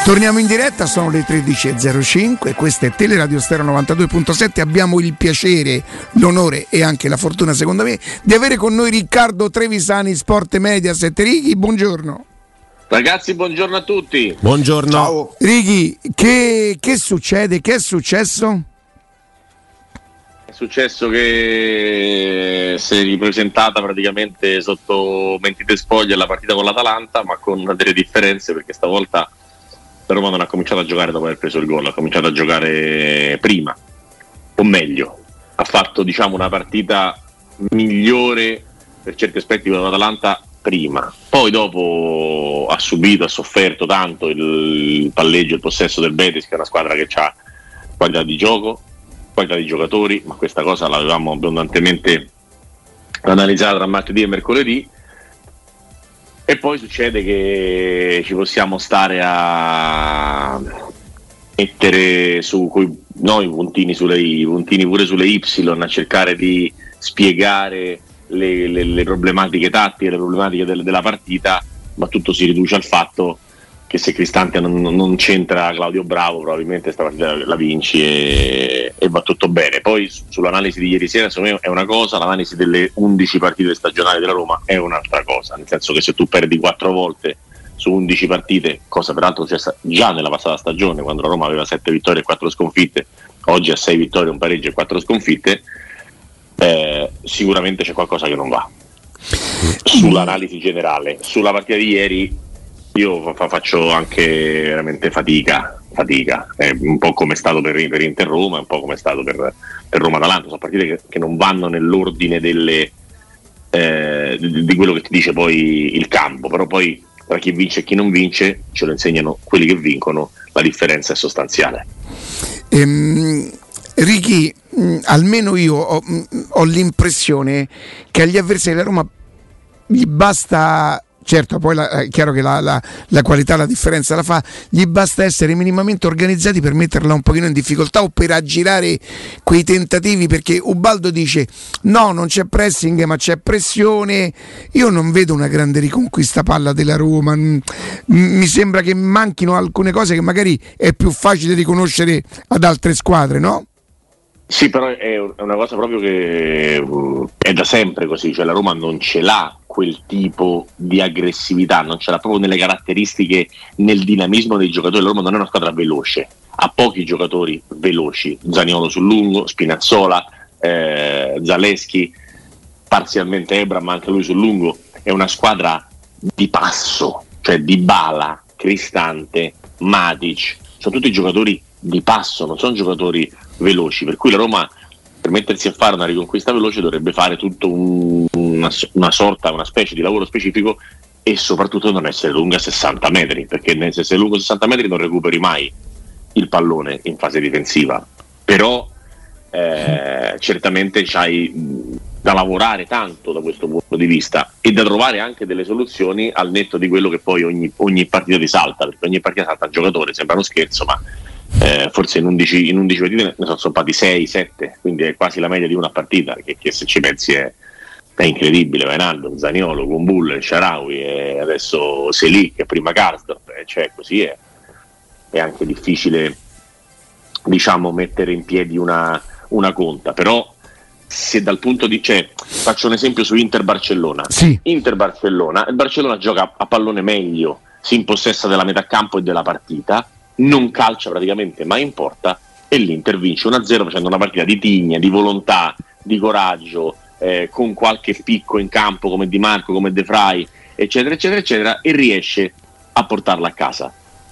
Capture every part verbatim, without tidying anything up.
Torniamo in diretta, sono le tredici e zero cinque, questa è Teleradio Stereo novantadue virgola sette. Abbiamo il piacere, l'onore e anche la fortuna, secondo me, di avere con noi Riccardo Trevisani, Sport Mediaset. Righi, buongiorno. Ragazzi, buongiorno a tutti. Buongiorno. Ciao. Righi, che, che succede? Che è successo? È successo che si è ripresentata praticamente sotto mentite spoglie la partita con l'Atalanta, ma con delle differenze, perché stavolta la Roma non ha cominciato a giocare dopo aver preso il gol, ha cominciato a giocare prima, o meglio, ha fatto diciamo una partita migliore per certi aspetti con l'Atalanta prima, poi dopo ha subito, ha sofferto tanto il palleggio, il possesso del Betis, che è una squadra che ha qualità di gioco, qualità di giocatori, ma questa cosa l'avevamo abbondantemente analizzata tra martedì e mercoledì. E poi succede che ci possiamo stare a mettere su coi, no, i puntini sulle i, i puntini pure sulle Y, a cercare di spiegare le, le, le problematiche tattiche, le problematiche del, della partita, ma tutto si riduce al fatto che se Cristante non, non c'entra Claudio Bravo, probabilmente sta partita la vinci e, e va tutto bene. Poi sull'analisi di ieri sera, secondo me è una cosa, l'analisi delle undici partite stagionali della Roma è un'altra cosa, nel senso che se tu perdi quattro volte su undici partite, cosa peraltro c'è già nella passata stagione, quando la Roma aveva sette vittorie e quattro sconfitte, oggi ha sei vittorie, un pareggio e quattro sconfitte, eh, sicuramente c'è qualcosa che non va. Sull'analisi generale, sulla partita di ieri io faccio anche veramente fatica, fatica, è un po' come è stato per, per Inter Roma, è un po' come è stato per, per Roma Atalanta, sono partite che, che non vanno nell'ordine delle, eh, di, di quello che ti dice poi il campo, però poi tra chi vince e chi non vince, ce lo insegnano quelli che vincono, la differenza è sostanziale. Ehm, Ricky, mh, almeno io ho, mh, ho l'impressione che agli avversari della Roma gli basta. Certo, poi la, è chiaro che la, la, la qualità, la differenza la fa, gli basta essere minimamente organizzati per metterla un pochino in difficoltà o per aggirare quei tentativi, perché Ubaldo dice no, non c'è pressing ma c'è pressione. Io non vedo una grande riconquista palla della Roma, mi sembra che manchino alcune cose che magari è più facile riconoscere ad altre squadre, no? Sì, però è una cosa proprio che è da sempre così, cioè la Roma non ce l'ha quel tipo di aggressività, non ce l'ha proprio nelle caratteristiche, nel dinamismo dei giocatori. La Roma non è una squadra veloce, ha pochi giocatori veloci, Zaniolo sul lungo, Spinazzola, eh, Zaleschi, parzialmente Ebram, ma anche lui sul lungo. È una squadra di passo, cioè Dybala, Cristante, Matic, sono tutti giocatori di passo, non sono giocatori veloci, per cui la Roma, per mettersi a fare una riconquista veloce, dovrebbe fare tutto un, una, una sorta, una specie di lavoro specifico, e soprattutto non essere lunga sessanta metri, perché se sei lungo sessanta metri non recuperi mai il pallone in fase difensiva, però eh, certamente c'hai da lavorare tanto da questo punto di vista e da trovare anche delle soluzioni al netto di quello che poi ogni, ogni partita ti salta, perché ogni partita salta un giocatore, sembra uno scherzo, ma Eh, forse in undici, in undici partite ne sono saltati sei sette, quindi è quasi la media di una partita, che, che se ci pensi è, è incredibile. Wijnaldum, Zaniolo, Kumbulla, El Shaarawy e adesso Selic e prima Karsdorp, eh, cioè così è, è anche difficile, diciamo, mettere in piedi una, una conta. Però se dal punto di, cioè, faccio un esempio su Inter-Barcellona, sì. Inter-Barcellona, il Barcellona gioca a pallone meglio, si impossessa della metà campo e della partita, non calcia praticamente mai in porta, e l'Inter vince uno a zero facendo una partita di tigna, di volontà, di coraggio, eh, con qualche picco in campo come Di Marco, come De Vrij, eccetera eccetera eccetera, e riesce a portarla a casa.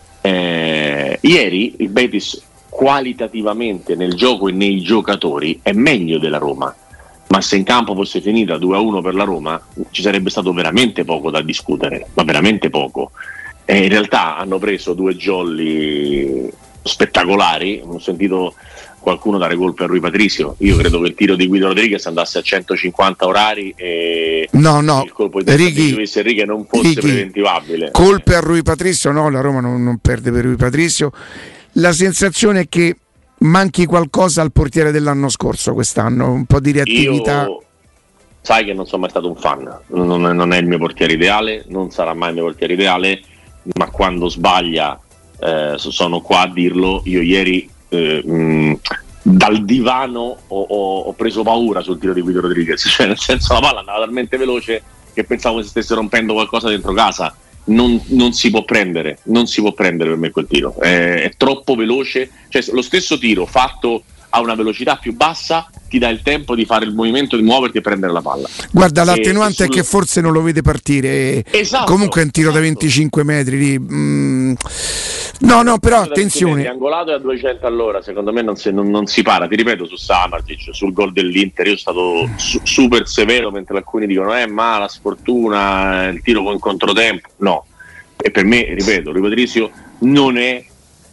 Eh, ieri il Betis qualitativamente nel gioco e nei giocatori è meglio della Roma, ma se in campo fosse finita due a uno per la Roma ci sarebbe stato veramente poco da discutere, ma veramente poco. E in realtà hanno preso due jolly spettacolari. Ho sentito qualcuno dare colpe a Rui Patricio. Io credo che il tiro di Guido Rodriguez andasse a centocinquanta orari e no, no. il colpo di Righi, di Luis Enrique non fosse Righi, preventivabile. Colpe a Rui Patricio, no, la Roma non, non perde per Rui Patricio. La sensazione è che manchi qualcosa al portiere dell'anno scorso quest'anno, un po' di reattività. Io, sai che non sono mai stato un fan, non è, non è il mio portiere ideale, non sarà mai il mio portiere ideale, ma quando sbaglia eh, sono qua a dirlo. Io ieri eh, mh, dal divano ho, ho, ho preso paura sul tiro di Guido Rodriguez, cioè nel senso la palla andava talmente veloce che pensavo che si stesse rompendo qualcosa dentro casa. Non, non si può prendere, non si può prendere per me quel tiro, è, è troppo veloce, cioè lo stesso tiro fatto a una velocità più bassa ti dà il tempo di fare il movimento, di muoverti e prendere la palla. Guarda, l'attenuante e, e sul... è che forse non lo vede partire. Esatto, comunque è un tiro esatto. da venticinque metri lì. Mm. No, no, però attenzione. È angolato è a duecento all'ora, secondo me non si, non, non si para. Ti ripeto, su Samardžić, sul gol dell'Inter, io sono stato su, super severo, mentre alcuni dicono eh ma la sfortuna, il tiro con controtempo. No, e per me, ripeto, Rui Patricio non è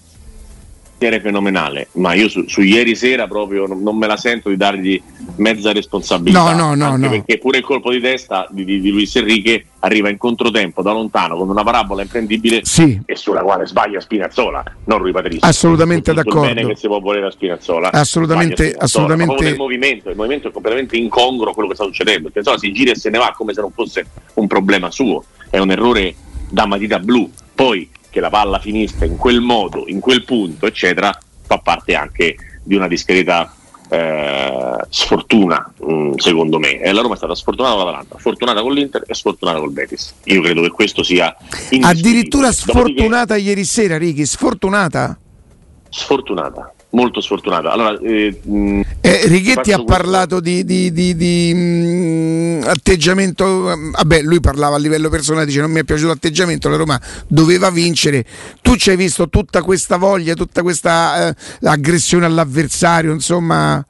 fenomenale, ma io su, su ieri sera proprio non, non me la sento di dargli mezza responsabilità. No, no, no, anche no. Perché pure il colpo di testa di, di, di Luis Enrique arriva in controtempo da lontano con una parabola imprendibile, sì, e sulla quale sbaglia Spinazzola, non Rui Patricio. Assolutamente tutto d'accordo. Il bene che si può volere a Spinazzola. Assolutamente, Spinazzola. assolutamente. Proprio nel movimento, il movimento è completamente incongruo a quello che sta succedendo. Spinazzola si gira e se ne va come se non fosse un problema suo. È un errore da matita blu. Poi che la palla finisca in quel modo, in quel punto, eccetera, fa parte anche di una discreta eh, sfortuna, mh, secondo me. E la Roma è stata sfortunata con l'Atalanta, fortunata con l'Inter e sfortunata col Betis. Io credo che questo sia addirittura sfortunata. Dopodiché, ieri sera, Ricky, sfortunata? Sfortunata, molto sfortunata. Allora, eh, mh, eh, Righetti ha parlato di, di, di, di mh, atteggiamento. Vabbè, lui parlava a livello personale, dice non mi è piaciuto l'atteggiamento, la Roma doveva vincere. Tu ci hai visto tutta questa voglia, tutta questa eh, aggressione all'avversario, insomma.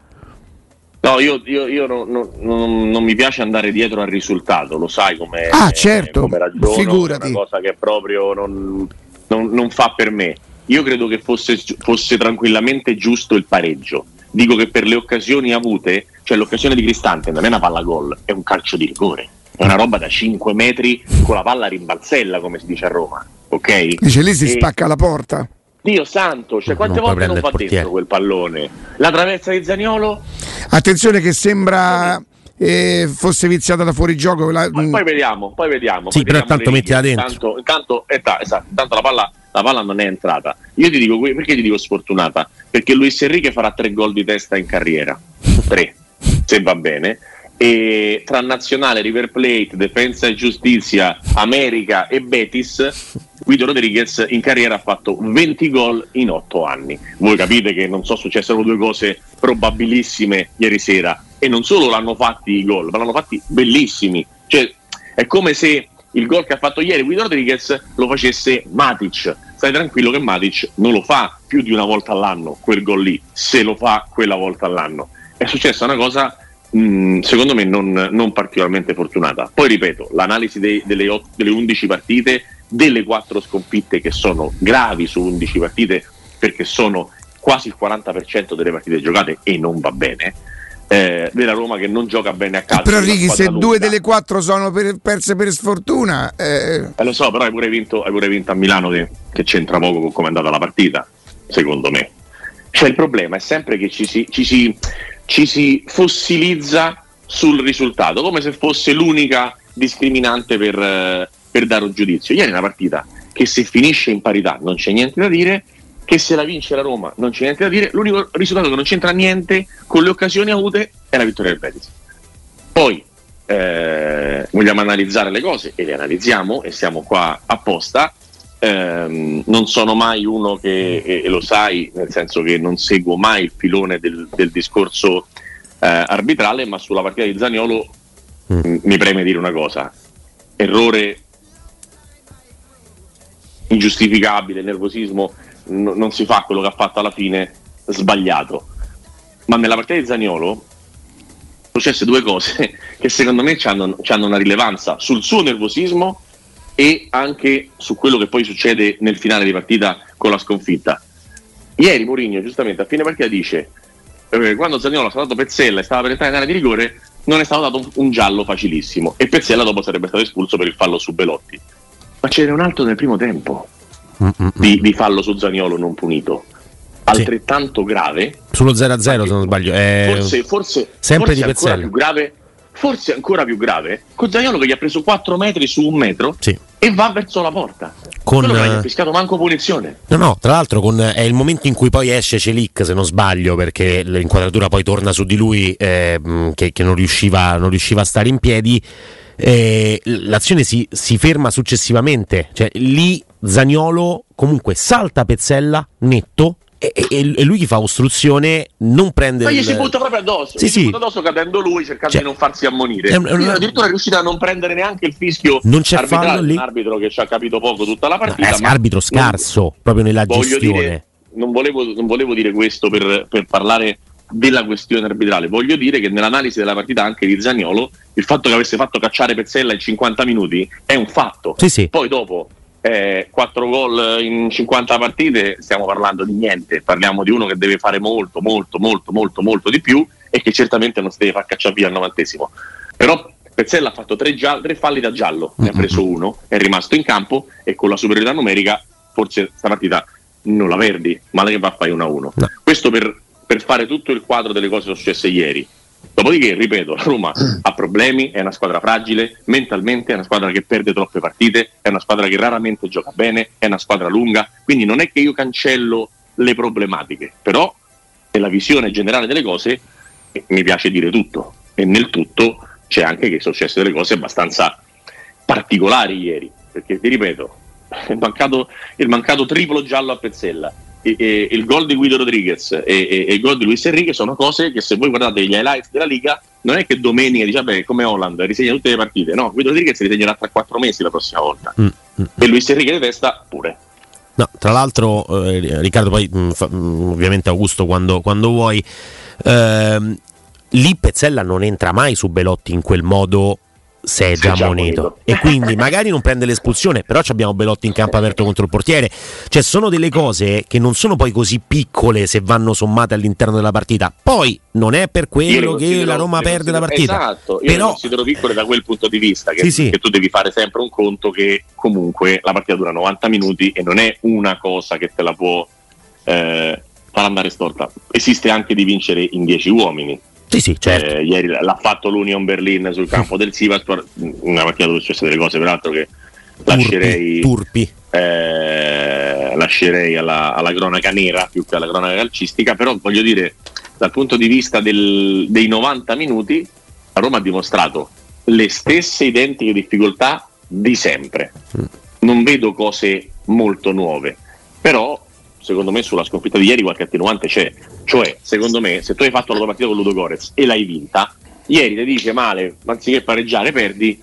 No, io, io, io non, non, non, non mi piace andare dietro al risultato, lo sai come, ah, certo, come ragiono, figurati. È una cosa che proprio non, non, non fa per me. Io credo che fosse, fosse tranquillamente giusto il pareggio. Dico che per le occasioni avute, cioè l'occasione di Cristante non è una palla gol, è un calcio di rigore. È una roba da cinque metri con la palla rimbalzella, come si dice a Roma. Ok? Dice lì si e... spacca la porta. Dio santo, cioè quante non volte non va dentro quel pallone? La traversa di Zaniolo? Attenzione che sembra eh, fosse viziata da fuorigioco. La... Poi, poi vediamo, poi vediamo. Sì, poi però tanto mettila dentro. Intanto, intanto, eh, ta, esatto, intanto la palla la palla non è entrata. Io ti dico, perché ti dico sfortunata? Perché Luis Enrique farà tre gol di testa in carriera, tre, se va bene, e tra Nazionale, River Plate, Defensa e Giustizia, America e Betis, Guido Rodriguez in carriera ha fatto venti gol in otto anni. Voi capite che non so, successero due cose probabilissime ieri sera, e non solo l'hanno fatti i gol, ma l'hanno fatti bellissimi. Cioè è come se il gol che ha fatto ieri Guido Rodriguez lo facesse Matic. Stai tranquillo che Matic non lo fa più di una volta all'anno quel gol lì, se lo fa quella volta all'anno. È successa una cosa mh, secondo me non, non particolarmente fortunata. Poi ripeto, l'analisi dei, delle, otto, delle undici partite, delle quattro sconfitte che sono gravi su undici partite, perché sono quasi il quaranta per cento delle partite giocate e non va bene. Eh, della Roma che non gioca bene a calcio. Però Righi, se lunga, due delle quattro sono per, perse per sfortuna eh... Eh, lo so, però hai pure vinto, hai pure vinto a Milano, che, che c'entra poco con come è andata la partita, secondo me. Cioè il problema è sempre che ci si, ci si, ci si fossilizza sul risultato, come se fosse l'unica discriminante per, per dare un giudizio. Ieri è una partita che se finisce in parità non c'è niente da dire, che se la vince la Roma non c'è niente da dire, l'unico risultato che non c'entra niente con le occasioni avute è la vittoria del Betis. Poi eh, vogliamo analizzare le cose e le analizziamo e siamo qua apposta. Eh, non sono mai uno che, e, e lo sai, nel senso che non seguo mai il filone del, del discorso eh, arbitrale, ma sulla partita di Zaniolo mm. m- mi preme dire una cosa: errore ingiustificabile, nervosismo, n- non si fa quello che ha fatto alla fine, sbagliato. Ma nella partita di Zaniolo sono successe due cose che secondo me hanno una rilevanza sul suo nervosismo e anche su quello che poi succede nel finale di partita con la sconfitta. Ieri Mourinho giustamente a fine partita dice eh, quando Zaniolo ha saltato Pezzella e stava per entrare in area di rigore non è stato dato un, un giallo facilissimo, e Pezzella dopo sarebbe stato espulso per il fallo su Belotti. Ma c'era un altro nel primo tempo di, di fallo su Zaniolo non punito, altrettanto sì. grave, sullo zero a zero se non sbaglio, è forse, forse, sempre forse di Pezzella, più grave, forse ancora più grave, con Zaniolo che gli ha preso quattro metri su un metro sì. e va verso la porta. Con, non gli ha fischiato manco punizione. No, no, tra l'altro con, è il momento in cui poi esce Celic, se non sbaglio, perché l'inquadratura poi torna su di lui, eh, che, che non riusciva, non riusciva a stare in piedi. Eh, l'azione si, si ferma successivamente, cioè lì Zaniolo comunque salta Pezzella netto e, e, e lui gli fa ostruzione, non prende ma gli il... si butta proprio addosso, sì, gli sì. si butta addosso cadendo lui, cercando cioè, di non farsi ammonire. è un, è un... addirittura è riuscito a non prendere neanche il fischio non c'è arbitrale, fallo lì. Un arbitro che ci ha capito poco tutta la partita, no, è arbitro scarso non, proprio nella gestione. Dire, non, volevo, non volevo dire questo per, per parlare della questione arbitrale, voglio dire che nell'analisi della partita anche di Zaniolo il fatto che avesse fatto cacciare Pezzella in cinquanta minuti è un fatto. Sì, sì. Poi dopo eh, quattro gol in cinquanta partite stiamo parlando di niente, parliamo di uno che deve fare molto molto molto molto molto di più e che certamente non si deve far cacciare via al novantesimo. Però Pezzella ha fatto tre, giallo, tre falli da giallo, ne ha preso uno, è rimasto in campo e con la superiorità numerica forse sta partita non la perdi, male che va a fare uno a uno. No. Questo per per fare tutto il quadro delle cose successe ieri. Dopodiché, ripeto, la Roma ha problemi, è una squadra fragile, mentalmente è una squadra che perde troppe partite, è una squadra che raramente gioca bene, è una squadra lunga, quindi non è che io cancello le problematiche, però nella visione generale delle cose mi piace dire tutto, e nel tutto c'è anche che sono successe delle cose abbastanza particolari ieri, perché ti ripeto, il mancato, il mancato triplo giallo a Pezzella, E, e, il gol di Guido Rodriguez e, e, e il gol di Luis Enrique sono cose che, se voi guardate gli highlights della Liga, non è che domenica dice beh, come Holland risegna tutte le partite, no, Guido Rodriguez risegnerà tra quattro mesi la prossima volta. mm, mm. E Luis Enrique di testa pure. No, tra l'altro eh, Riccardo, poi mh, fa, mh, ovviamente Augusto quando, quando vuoi, ehm, lì Pezzella non entra mai su Belotti in quel modo se è già ammonito, e quindi magari non prende l'espulsione, però abbiamo Belotti in campo aperto contro il portiere. Cioè sono delle cose che non sono poi così piccole se vanno sommate all'interno della partita. Poi non è per quello che la Roma perde la partita, esatto, io però le considero piccole da quel punto di vista che, sì, sì. che tu devi fare sempre un conto che comunque la partita dura novanta minuti e non è una cosa che te la può eh, far andare storta. Esiste anche di vincere in dieci uomini. Sì, sì, certo. Eh, ieri l'ha fatto l'Union Berlin sul campo del Sivasspor, una partita dove sono successe delle cose peraltro che lascerei turpi, eh, lascerei alla, alla cronaca nera più che alla cronaca calcistica, però voglio dire, dal punto di vista del, dei novanta minuti la Roma ha dimostrato le stesse identiche difficoltà di sempre, non vedo cose molto nuove, però secondo me sulla sconfitta di ieri qualche attenuante c'è. Cioè, secondo me, se tu hai fatto la tua partita con Ludogorets e l'hai vinta, ieri ti dice male, anziché pareggiare perdi, il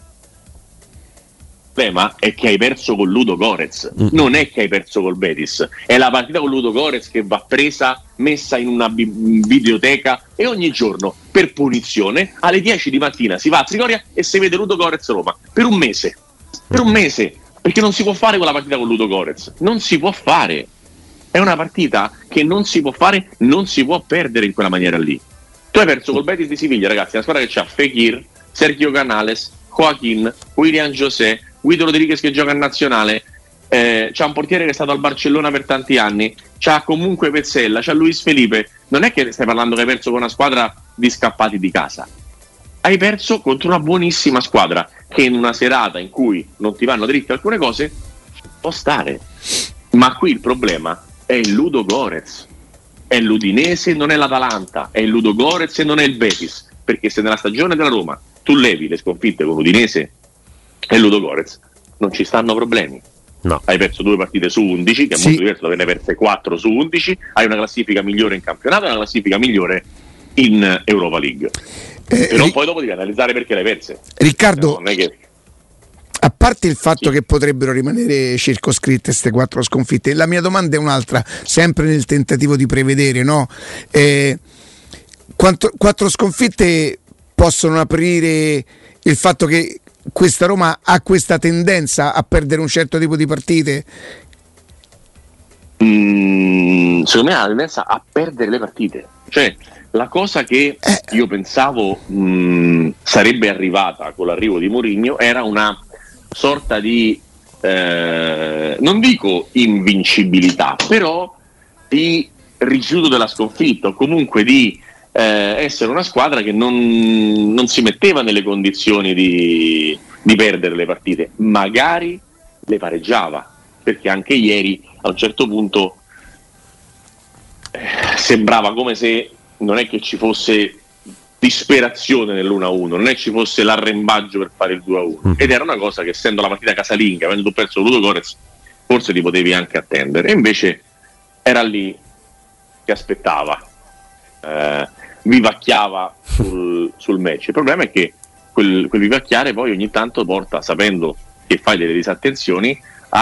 problema è che hai perso con Ludogorets, mm. non è che hai perso col Betis, è la partita con Ludogorets che va presa, messa in una bi- videoteca e ogni giorno, per punizione, alle dieci di mattina si va a Trigoria e si vede Ludogorets Roma, per un mese, per un mese, perché non si può fare quella partita con Ludogorets, non si può fare. È una partita che non si può fare, non si può perdere in quella maniera lì. Tu hai perso col Betis di Siviglia, ragazzi, una squadra che c'ha Fekir, Sergio Canales, Joaquin, William José, Guido Rodriguez che gioca in nazionale, eh, c'ha un portiere che è stato al Barcellona per tanti anni, c'ha comunque Pezzella, c'ha Luis Felipe. Non è che stai parlando che hai perso con una squadra di scappati di casa. Hai perso contro una buonissima squadra che in una serata in cui non ti vanno dritte alcune cose può stare. Ma qui il problema è il Ludogorets, è l'Udinese, non è l'Atalanta, è il Ludogorets e non è il Betis, perché se nella stagione della Roma tu levi le sconfitte con Udinese e Ludogorets non ci stanno problemi. No. Hai perso due partite su undici, che è sì. molto diverso da averne perse quattro su undici, hai una classifica migliore in campionato e una classifica migliore in Europa League. Eh, però ri- poi dopo devi analizzare perché le hai perse. Riccardo, non è che... a parte il fatto sì. che potrebbero rimanere circoscritte queste quattro sconfitte, la mia domanda è un'altra, sempre nel tentativo di prevedere, no? Eh, quanto, quattro sconfitte possono aprire il fatto che questa Roma ha questa tendenza a perdere un certo tipo di partite? Mm, secondo me ha la tendenza a perdere le partite. Cioè, la cosa che eh. io pensavo mh, sarebbe arrivata con l'arrivo di Mourinho era una sorta di eh, non dico invincibilità, però di rifiuto della sconfitta, o comunque di eh, essere una squadra che non, non si metteva nelle condizioni di, di perdere le partite, magari le pareggiava, perché anche ieri a un certo punto eh, sembrava come se non è che ci fosse disperazione nell'uno a uno, non è che ci fosse l'arrembaggio per fare il due a uno, ed era una cosa che, essendo la partita casalinga, avendo perso Ludogorets, forse ti potevi anche attendere, e invece era lì che aspettava, eh, vivacchiava sul, sul match. Il problema è che quel, quel vivacchiare poi ogni tanto porta, sapendo che fai delle disattenzioni,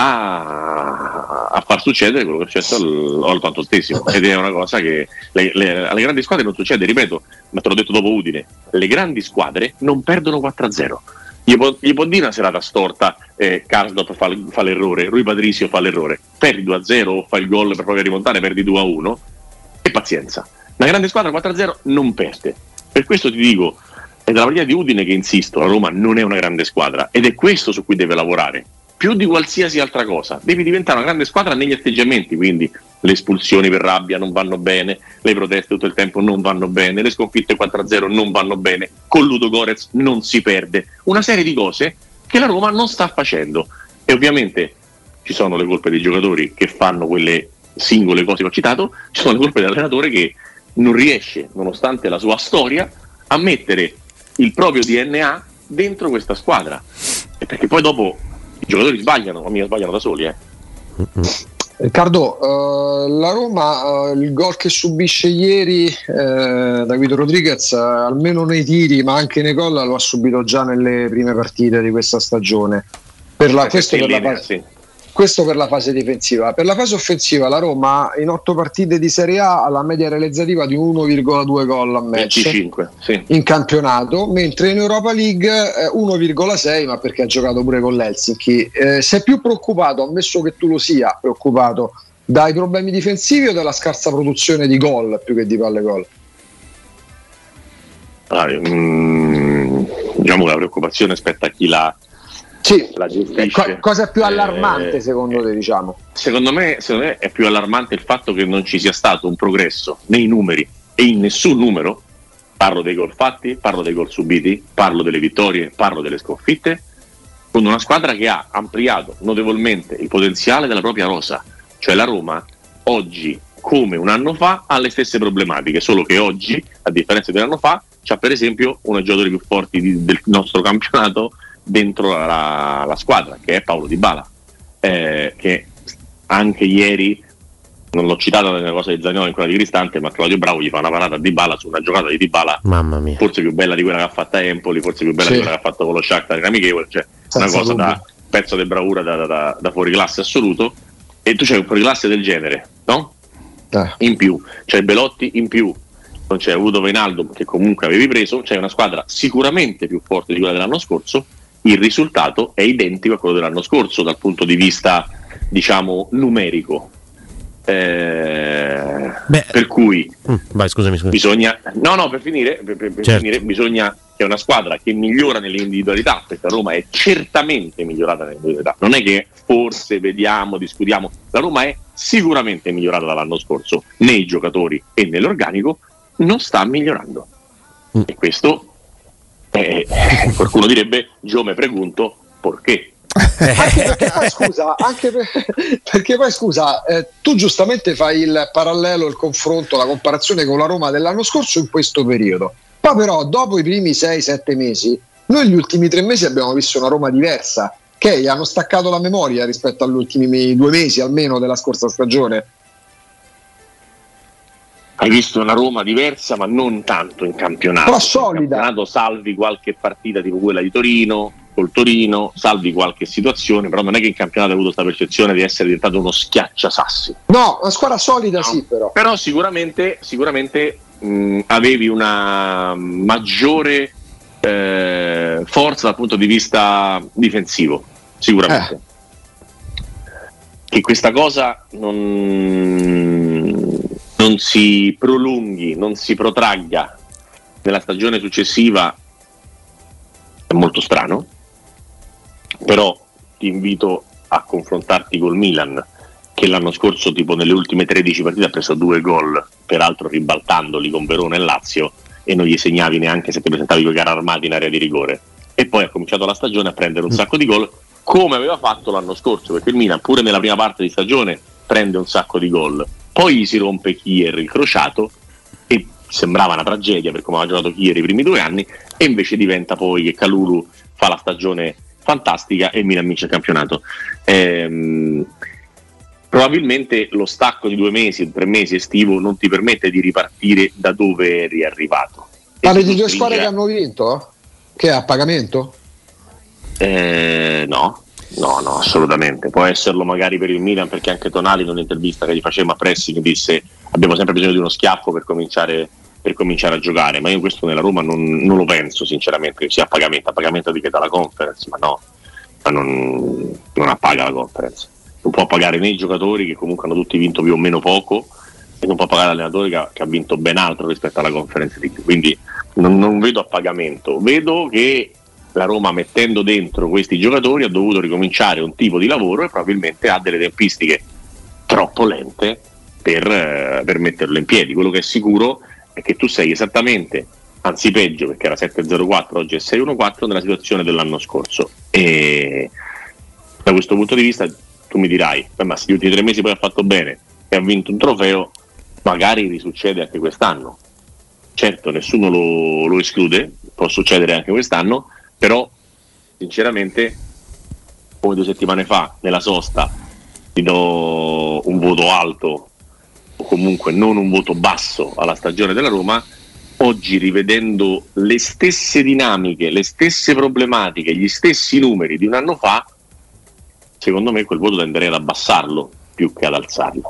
a, a far succedere quello che è successo al, al ottantesimo, ed è una cosa che le, le, alle grandi squadre non succede, ripeto, ma te l'ho detto dopo Udine, le grandi squadre non perdono quattro a zero. Gli può, gli può dire una serata storta, eh, Karsdorp fa, fa l'errore, Rui Patricio fa l'errore, perdi due a zero o fai il gol per provare a rimontare, perdi due a uno e pazienza. Una grande squadra quattro a zero non perde. Per questo ti dico, è dalla partita di Udine che insisto, la Roma non è una grande squadra, ed è questo su cui deve lavorare, più di qualsiasi altra cosa. Devi diventare una grande squadra negli atteggiamenti, quindi le espulsioni per rabbia non vanno bene, le proteste tutto il tempo non vanno bene, le sconfitte quattro a zero non vanno bene, con Ludogorets non si perde, una serie di cose che la Roma non sta facendo. E ovviamente ci sono le colpe dei giocatori che fanno quelle singole cose che ho citato, ci sono le colpe dell'allenatore che non riesce, nonostante la sua storia, a mettere il proprio D N A dentro questa squadra, e perché poi dopo i giocatori sbagliano, ma mica sbagliano da soli, eh. Riccardo, uh, la Roma, uh, il gol che subisce ieri uh, da Guido Rodriguez, uh, almeno nei tiri ma anche nei gol, lo ha subito già nelle prime partite di questa stagione. Per la, questo, per la fase, sì. questo per la fase difensiva. Per la fase offensiva la Roma in otto partite di Serie A ha la media realizzativa di uno virgola due gol a match, venticinque, sì. in campionato, mentre in Europa League eh, uno virgola sei, ma perché ha giocato pure con l'Helsinki. Eh, sei più preoccupato, ammesso che tu lo sia preoccupato, dai problemi difensivi o dalla scarsa produzione di gol più che di palle gol? Allora, mm, diciamo che la preoccupazione spetta a chi la Sì, la gestisce. Co- cosa più allarmante eh, secondo te, diciamo? Secondo me, secondo me è più allarmante il fatto che non ci sia stato un progresso nei numeri e in nessun numero. Parlo dei gol fatti, parlo dei gol subiti, parlo delle vittorie, parlo delle sconfitte, con una squadra che ha ampliato notevolmente il potenziale della propria rosa. Cioè la Roma oggi, come un anno fa, ha le stesse problematiche, solo che oggi, a differenza di un anno fa, c'ha per esempio uno dei giocatori più forti di, del nostro campionato dentro la, la squadra, che è Paolo Dybala, eh, che anche ieri, non l'ho citata nella cosa di Zaniolo in quella di Cristante, ma Claudio Bravo gli fa una parata a Dybala su una giocata di Dybala, mamma mia, forse più bella di quella che ha fatto a Empoli, forse più bella sì. di quella che ha fatto con lo Shakhtar in amichevole, cioè senza una cosa dubbio. Da pezzo di bravura da, da, da fuori classe assoluto. E tu c'hai un fuori classe del genere, no? Eh. In più c'hai Belotti, in più non c'è avuto Wijnaldum, che comunque avevi preso, c'è una squadra sicuramente più forte di quella dell'anno scorso. Il risultato è identico a quello dell'anno scorso dal punto di vista, diciamo, numerico. Eh, Beh, per cui mm, vai, scusami, scusami. bisogna no no per finire, per, per certo. finire bisogna che è una squadra che migliora nelle individualità. Questa Roma è certamente migliorata nelle individualità, non è che forse vediamo, discutiamo. La Roma è sicuramente migliorata dall'anno scorso nei giocatori e nell'organico, non sta migliorando, mm. e questo Eh, qualcuno direbbe, io me pregunto perché. Anche perché poi scusa, anche per, perché poi scusa, eh, tu giustamente fai il parallelo, il confronto, la comparazione con la Roma dell'anno scorso in questo periodo. Poi però dopo i primi sei sette mesi, noi gli ultimi tre mesi abbiamo visto una Roma diversa, che gli hanno staccato la memoria rispetto agli ultimi due mesi almeno della scorsa stagione. Hai visto una Roma diversa, ma non tanto in campionato. Però solida. In campionato salvi qualche partita tipo quella di Torino, col Torino, salvi qualche situazione, però non è che in campionato hai avuto questa percezione di essere diventato uno schiacciasassi. No, una squadra solida, no. Sì, però. Però sicuramente, sicuramente mh, avevi una maggiore eh, forza dal punto di vista difensivo, sicuramente. Eh. Che questa cosa non... non si prolunghi, non si protragga nella stagione successiva è molto strano, però ti invito a confrontarti col Milan, che l'anno scorso tipo nelle ultime tredici partite ha preso due gol, peraltro ribaltandoli con Verona e Lazio, e non gli segnavi neanche se ti presentavi con i carri armati in area di rigore, e poi ha cominciato la stagione a prendere un sacco di gol come aveva fatto l'anno scorso, perché il Milan pure nella prima parte di stagione prende un sacco di gol, poi gli si rompe Kier il crociato e sembrava una tragedia per come aveva giocato Kier i primi due anni, e invece diventa poi che Kalulu fa la stagione fantastica e il Milan vince il campionato. Ehm, probabilmente lo stacco di due mesi, tre mesi estivo non ti permette di ripartire da dove eri arrivato. Parli di due squadre che hanno vinto? Che è a pagamento? Eh, no, no, no, assolutamente. Può esserlo magari per il Milan, perché anche Tonali in un'intervista che gli faceva a Pressing disse abbiamo sempre bisogno di uno schiaffo per cominciare, per cominciare a giocare, ma io questo nella Roma non, non lo penso sinceramente che sia a pagamento, a pagamento di che dalla Conference, ma no, ma non, non appaga la Conference, non può pagare né i giocatori che comunque hanno tutti vinto più o meno poco, e non può pagare l'allenatore che ha, che ha vinto ben altro rispetto alla Conference League, quindi non, non vedo a pagamento, vedo che la Roma, mettendo dentro questi giocatori, ha dovuto ricominciare un tipo di lavoro e probabilmente ha delle tempistiche troppo lente per, eh, per metterlo in piedi. Quello che è sicuro è che tu sei esattamente, anzi peggio, perché era sette zero quattro, oggi è sei uno quattro, nella situazione dell'anno scorso, e da questo punto di vista tu mi dirai ma se gli ultimi tre mesi poi ha fatto bene e ha vinto un trofeo, magari risuccede anche quest'anno. Certo, nessuno lo, lo esclude, può succedere anche quest'anno, però sinceramente come due settimane fa nella sosta ti do un voto alto o comunque non un voto basso alla stagione della Roma. Oggi, rivedendo le stesse dinamiche, le stesse problematiche, gli stessi numeri di un anno fa, secondo me quel voto tenderei ad abbassarlo più che ad alzarlo.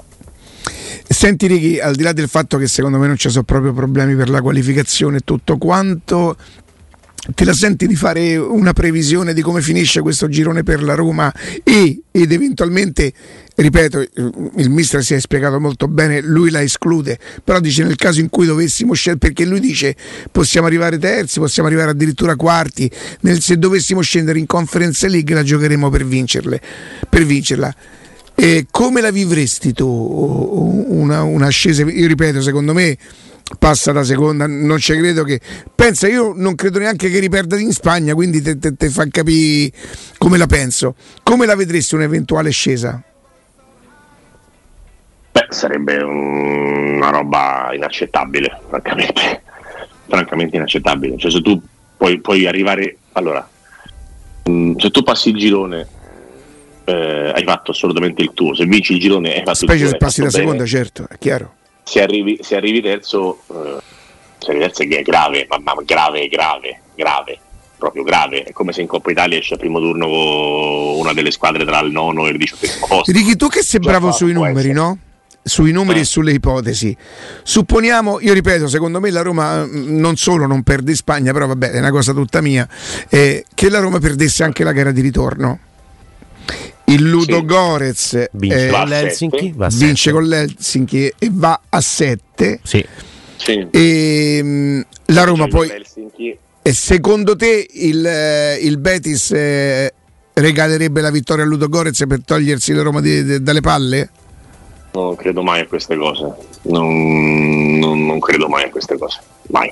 Senti Ricky, al di là del fatto che secondo me non ci sono proprio problemi per la qualificazione e tutto quanto, te la senti di fare una previsione di come finisce questo girone per la Roma e ed eventualmente, ripeto, il mister si è spiegato molto bene, lui la esclude, però dice nel caso in cui dovessimo scendere, perché lui dice possiamo arrivare terzi, possiamo arrivare addirittura quarti, nel, se dovessimo scendere in Conference League la giocheremo per vincerle, per vincerla. E come la vivresti tu una, una ascesa? Io ripeto, secondo me passa da seconda, non ci credo che pensa, io non credo neanche che riperda in Spagna, quindi te, te, te fa capire come la penso. Come la vedresti un'eventuale scesa? Beh, sarebbe un, una roba inaccettabile, francamente francamente inaccettabile, cioè se tu puoi, puoi arrivare, allora mh, se tu passi il girone eh, hai fatto assolutamente il tuo, se vinci il girone hai fatto specie il tuo, se passi da bene. seconda, certo, è chiaro. Se arrivi, se arrivi terzo, eh, se arrivi terzo è grave, ma, ma grave, grave, grave, proprio grave. È come se in Coppa Italia esce al primo turno con una delle squadre tra il nono e il diciottesimo posto. Ricky, tu che sei Già bravo fa, sui numeri, essere. no? Sui numeri Eh. e sulle ipotesi. Supponiamo, io ripeto, secondo me la Roma non solo non perde in Spagna, però vabbè, è una cosa tutta mia, eh, che la Roma perdesse anche la gara di ritorno. Il Ludogorets vince eh, con l'Helsinki, va a vince sette. con l'Helsinki e va a sette. Sì. Sì. E mh, la Roma poi, Helsinki. e secondo te il, eh, il Betis eh, regalerebbe la vittoria al Ludogorets per togliersi la Roma di, di, dalle palle? Non credo mai a queste cose, non, non, non credo mai a queste cose, mai.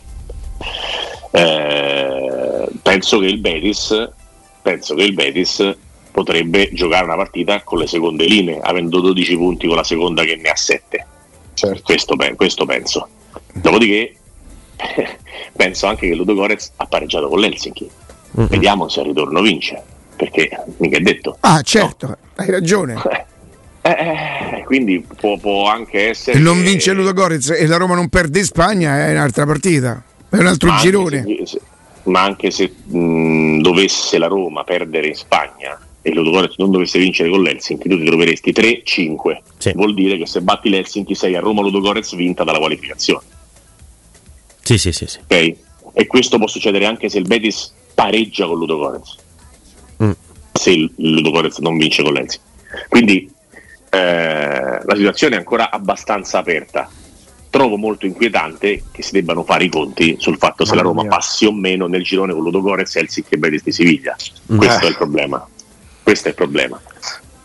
Eh, penso che il Betis, penso che il Betis potrebbe giocare una partita con le seconde linee, avendo dodici punti con la seconda che ne ha sette. Certo. Questo, questo penso. Dopodiché penso anche che Ludogorets ha pareggiato con l'Helsinki. Mm-hmm. Vediamo se al ritorno vince, perché mica è detto. Ah, certo, no? Hai ragione. Eh, eh, quindi può, può anche essere. E non che... vince Ludogorets e la Roma non perde in Spagna, è un'altra partita, è un altro ma girone. Anche se, ma anche se mh, dovesse la Roma perdere in Spagna e il Ludogorets non dovesse vincere con l'Helsinki, tu ti troveresti tre cinque. Sì. Vuol dire che se batti l'Helsinki sei a Roma Ludogorets vinta dalla qualificazione. Sì, sì, sì, sì. Ok? E questo può succedere anche se il Betis pareggia con Ludogorets. Mm. Se il Ludogorets non vince con l'Helsinki. Quindi eh, la situazione è ancora abbastanza aperta. Trovo molto inquietante che si debbano fare i conti sul fatto se la Roma passi o meno nel girone con Ludogorets, Helsinki e Betis di Siviglia. Mm. Questo eh. è il problema. Questo è il problema.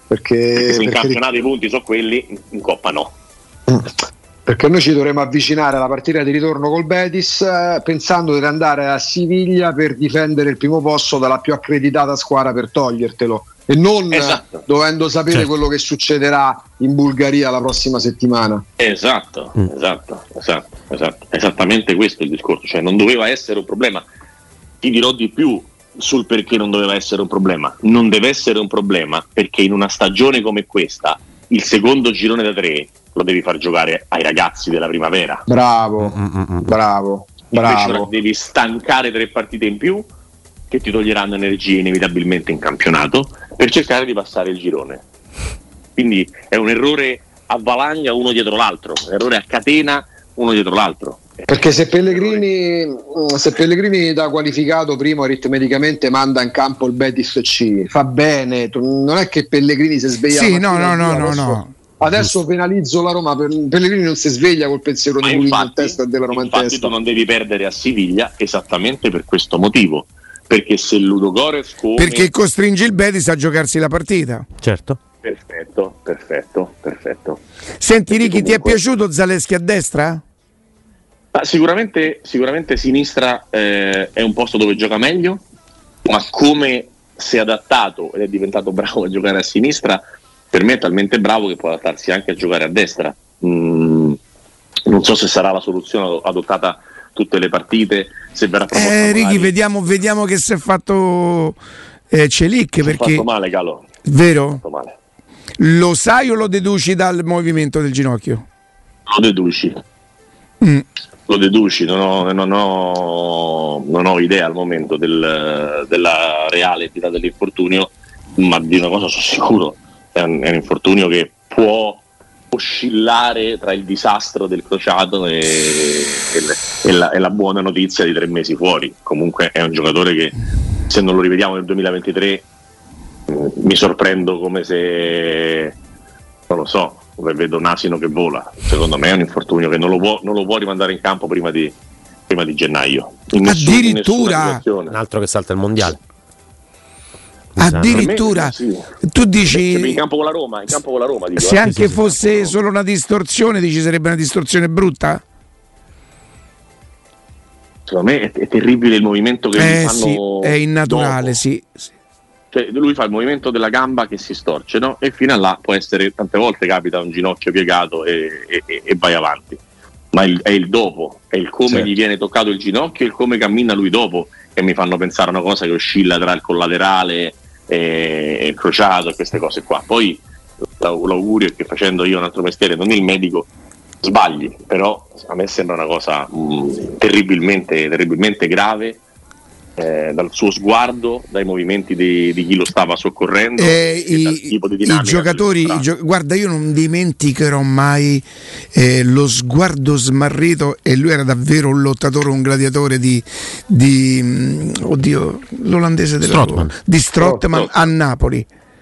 perché, perché se in perché... campionato i punti sono quelli, in Coppa no. Mm. Perché noi ci dovremo avvicinare alla partita di ritorno col Betis eh, pensando di andare a Siviglia per difendere il primo posto dalla più accreditata squadra per togliertelo, e non esatto. dovendo sapere certo. quello che succederà in Bulgaria la prossima settimana. Esatto, mm. esatto, esatto, esatto, esattamente questo è il discorso, cioè non doveva essere un problema. Ti dirò di più sul perché non doveva essere un problema. Non deve essere un problema perché in una stagione come questa il secondo girone da tre lo devi far giocare ai ragazzi della primavera. Bravo, mm-hmm. bravo, bravo. Invece devi stancare tre partite in più che ti toglieranno energie inevitabilmente in campionato per cercare di passare il girone. Quindi è un errore a valanga uno dietro l'altro, un errore a catena uno dietro l'altro. Perché se Pellegrini, se Pellegrini da qualificato primo aritmeticamente manda in campo il Betis C, fa bene, non è che Pellegrini si sveglia. Sì, no, no, no, no, no. Adesso penalizzo la Roma, Pellegrini non si sveglia col pensiero di Mourinho in testa e della Roma in testa. Tu non devi perdere a Siviglia esattamente per questo motivo, perché se Ludogorets come... perché costringe il Betis a giocarsi la partita. Certo. Perfetto, perfetto, perfetto. Senti Ricky, comunque... ti è piaciuto Zaleschi a destra? Ah, sicuramente, sicuramente sinistra eh, è un posto dove gioca meglio, ma come si è adattato ed è diventato bravo a giocare a sinistra, per me è talmente bravo che può adattarsi anche a giocare a destra. Mm, non so se sarà la soluzione adottata tutte le partite, se verrà proposta. Eh, magari... Ricky, vediamo, vediamo che si è fatto eh, Celic, si perché... è fatto male, Calo. Vero? Fatto male. Lo sai o lo deduci dal movimento del ginocchio? Lo deduci. Mm. Lo deduci, non ho, non, ho, non ho idea al momento del, della reale entità dell'infortunio, ma di una cosa sono sicuro, è un, è un infortunio che può oscillare tra il disastro del crociato e, e, e, la, e la buona notizia di tre mesi fuori. Comunque è un giocatore che, se non lo rivediamo nel duemilaventitré, mi sorprendo come se, non lo so, vedo un asino che vola. Secondo me è un infortunio che non lo può, non lo può rimandare in campo prima di, prima di gennaio. In nessun, addirittura in un altro che salta il mondiale. Addirittura sì. Tu dici in campo con la Roma, in campo con la Roma dico, se eh, anche sì, sì, fosse sì, solo una distorsione, dici sarebbe una distorsione brutta? Secondo me è, è terribile il movimento che eh, fanno. Sì, è innaturale, sì, sì. Cioè, lui fa il movimento della gamba che si storce, no? E fino a là può essere, tante volte capita un ginocchio piegato e, e, e vai avanti. Ma il, è il dopo, è il come certo. gli viene toccato il ginocchio e il come cammina lui dopo che mi fanno pensare a una cosa che oscilla tra il collaterale e il crociato e queste cose qua. Poi l'augurio è che, facendo io un altro mestiere, non il medico, sbagli, però a me sembra una cosa mh, terribilmente, terribilmente grave. Eh, dal suo sguardo, dai movimenti di, di chi lo stava soccorrendo, eh, e i, dal tipo di dinamica. I giocatori, i gio- guarda, io non dimenticherò mai eh, lo sguardo smarrito, e lui era davvero un lottatore, un gladiatore di, di mh, oddio, l'olandese della Strootman. di Strootman a Napoli.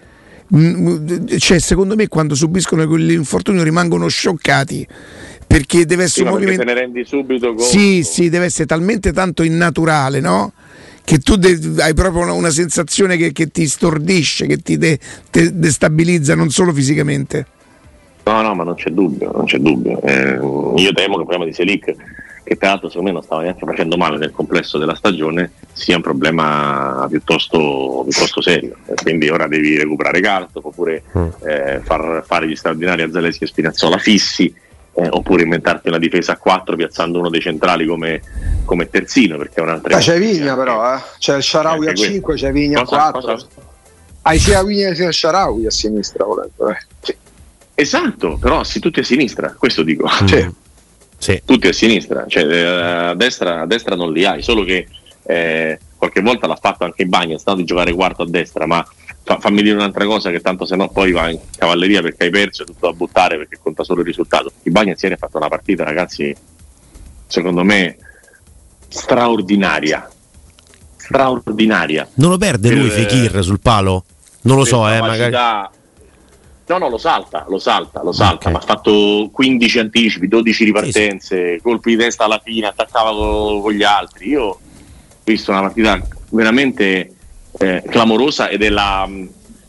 Cioè, secondo me, quando subiscono quell'infortunio rimangono scioccati, perché deve essere sì, un movimento. Te ne rendi subito conto. Sì, sì, deve essere talmente tanto innaturale, no? Che tu de- hai proprio una, una sensazione che, che ti stordisce, che ti de- te- destabilizza non solo fisicamente. No, no, ma non c'è dubbio, non c'è dubbio. Eh, io temo che il problema di Selic, che tra l'altro secondo me non stava neanche facendo male nel complesso della stagione, sia un problema piuttosto, piuttosto serio. E quindi ora devi recuperare Kartov, oppure eh, far fare gli straordinari a Zaleschi e Spinazzola fissi, eh, oppure inventarti una difesa a quattro piazzando uno dei centrali come, come terzino, perché è un'altra. Ah, c'è Vigna però, eh. C'è il Sharawi a cinque, c'è Vigna a quattro. Hai sia Vigna che Sharawi a sinistra, volendo, eh. Sì. Esatto, però sì, tutti a sinistra, questo dico. Mm. Cioè, sì. Tutti a sinistra, cioè, eh, a, destra, a destra non li hai, solo che eh, qualche volta l'ha fatto anche Bagna, è stato di giocare quarto a destra, ma fa, fammi dire un'altra cosa, che tanto se no poi va in cavalleria perché hai perso, è tutto da buttare perché conta solo il risultato. Il Bagna ieri ha fatto una partita, ragazzi, secondo me straordinaria, straordinaria. Non lo perde lui per, Fekir sul palo? Non lo so, eh, magari. No, no, lo salta, lo salta, lo salta, okay. Ma ha fatto quindici anticipi, dodici ripartenze, sì, sì. Colpi di testa alla fine, attaccava con, con gli altri. Io ho visto una partita veramente eh, clamorosa, ed è la,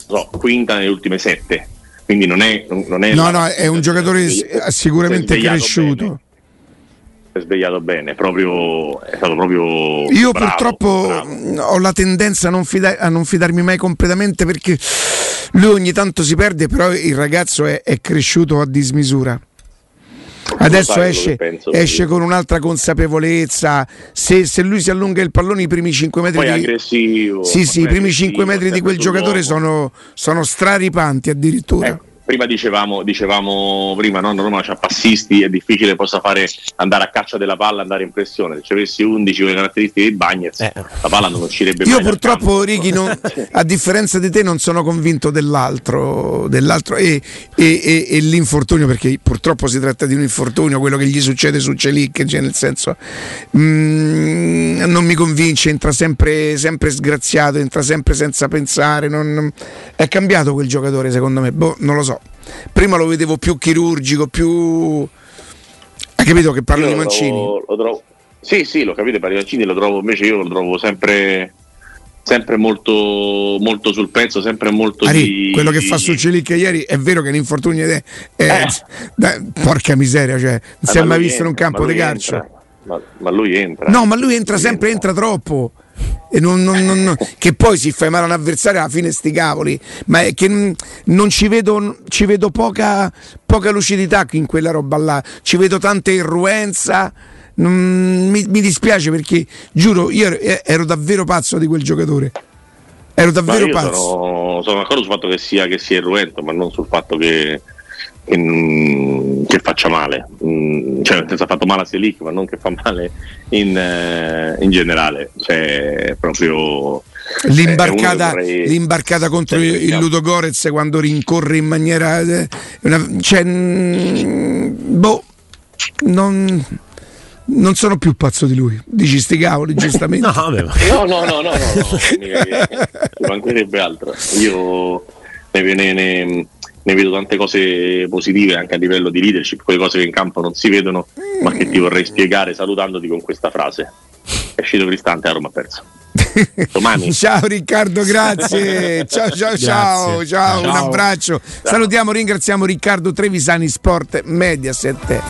so, quinta nelle ultime sette, quindi non è, non è no la, no è un giocatore sicuramente cresciuto bene. Si è svegliato bene, proprio, è stato proprio io bravo, purtroppo bravo. Ho la tendenza a non, fida- a non fidarmi mai completamente, perché lui ogni tanto si perde, però il ragazzo è, è cresciuto a dismisura. Adesso sai, esce, penso, esce con un'altra consapevolezza. Se, se lui si allunga il pallone, i primi cinque metri poi è di... aggressivo, sì, sì, i primi cinque metri di quel giocatore sono, sono, sono straripanti addirittura. Eh, prima dicevamo, dicevamo prima, no, Roma c'ha passisti, è difficile possa fare andare a caccia della palla, andare in pressione. Se ci avessi undici con le caratteristiche di Bagnez, eh. la palla non uscirebbe mai. Io purtroppo, Ricky, non, a differenza di te, non sono convinto dell'altro, dell'altro e, e, e, e l'infortunio, perché purtroppo si tratta di un infortunio, quello che gli succede su Celic, cioè nel senso mm, non mi convince, entra sempre, sempre sgraziato, entra sempre senza pensare. Non, è cambiato quel giocatore, secondo me, boh, non lo so. Prima lo vedevo più chirurgico, più... Hai capito che parlo io di Mancini? Lo, lo trovo... Sì, sì, lo capite, parlo di Mancini, lo trovo invece io lo trovo sempre sempre molto molto sul pezzo, sempre molto Ari, di... quello che fa su Celic ieri è vero che l'infortunio è, è eh. da, porca miseria, cioè non eh, si è mai visto entra, in un campo di calcio. Ma, ma lui entra. No, ma lui entra sempre, entra, entra troppo. E non, non, non, non, che poi si fa male all'avversario alla fine sti cavoli, ma è che non, non ci vedo, ci vedo poca, poca lucidità in quella roba là, ci vedo tanta irruenza. Non, mi, mi dispiace, perché giuro io ero, ero davvero pazzo di quel giocatore, ero davvero pazzo. Sono, sono d'accordo sul fatto che sia, che sia irruento, ma non sul fatto che, che, che faccia male, cioè nel senso ha fatto male a Celic, ma non che fa male in, in generale, cioè proprio l'imbarcata, vorrei... l'imbarcata contro il, il Ludogorets quando rincorre in maniera una, cioè, boh, non non sono più pazzo di lui, dici sti cavoli, giustamente. no, vabbè, ma... no, no, no, no, no, no, ci mancherebbe altro. Io ne, ne, ne, ne vedo tante cose positive anche a livello di leadership, quelle cose che in campo non si vedono, ma che ti vorrei spiegare salutandoti con questa frase: è uscito Cristante, a Roma ha perso. Domani. Ciao Riccardo, grazie. Ciao ciao Grazie. ciao ciao, ciao. Un abbraccio. Ciao. Salutiamo, ringraziamo Riccardo Trevisani, Sport Mediaset.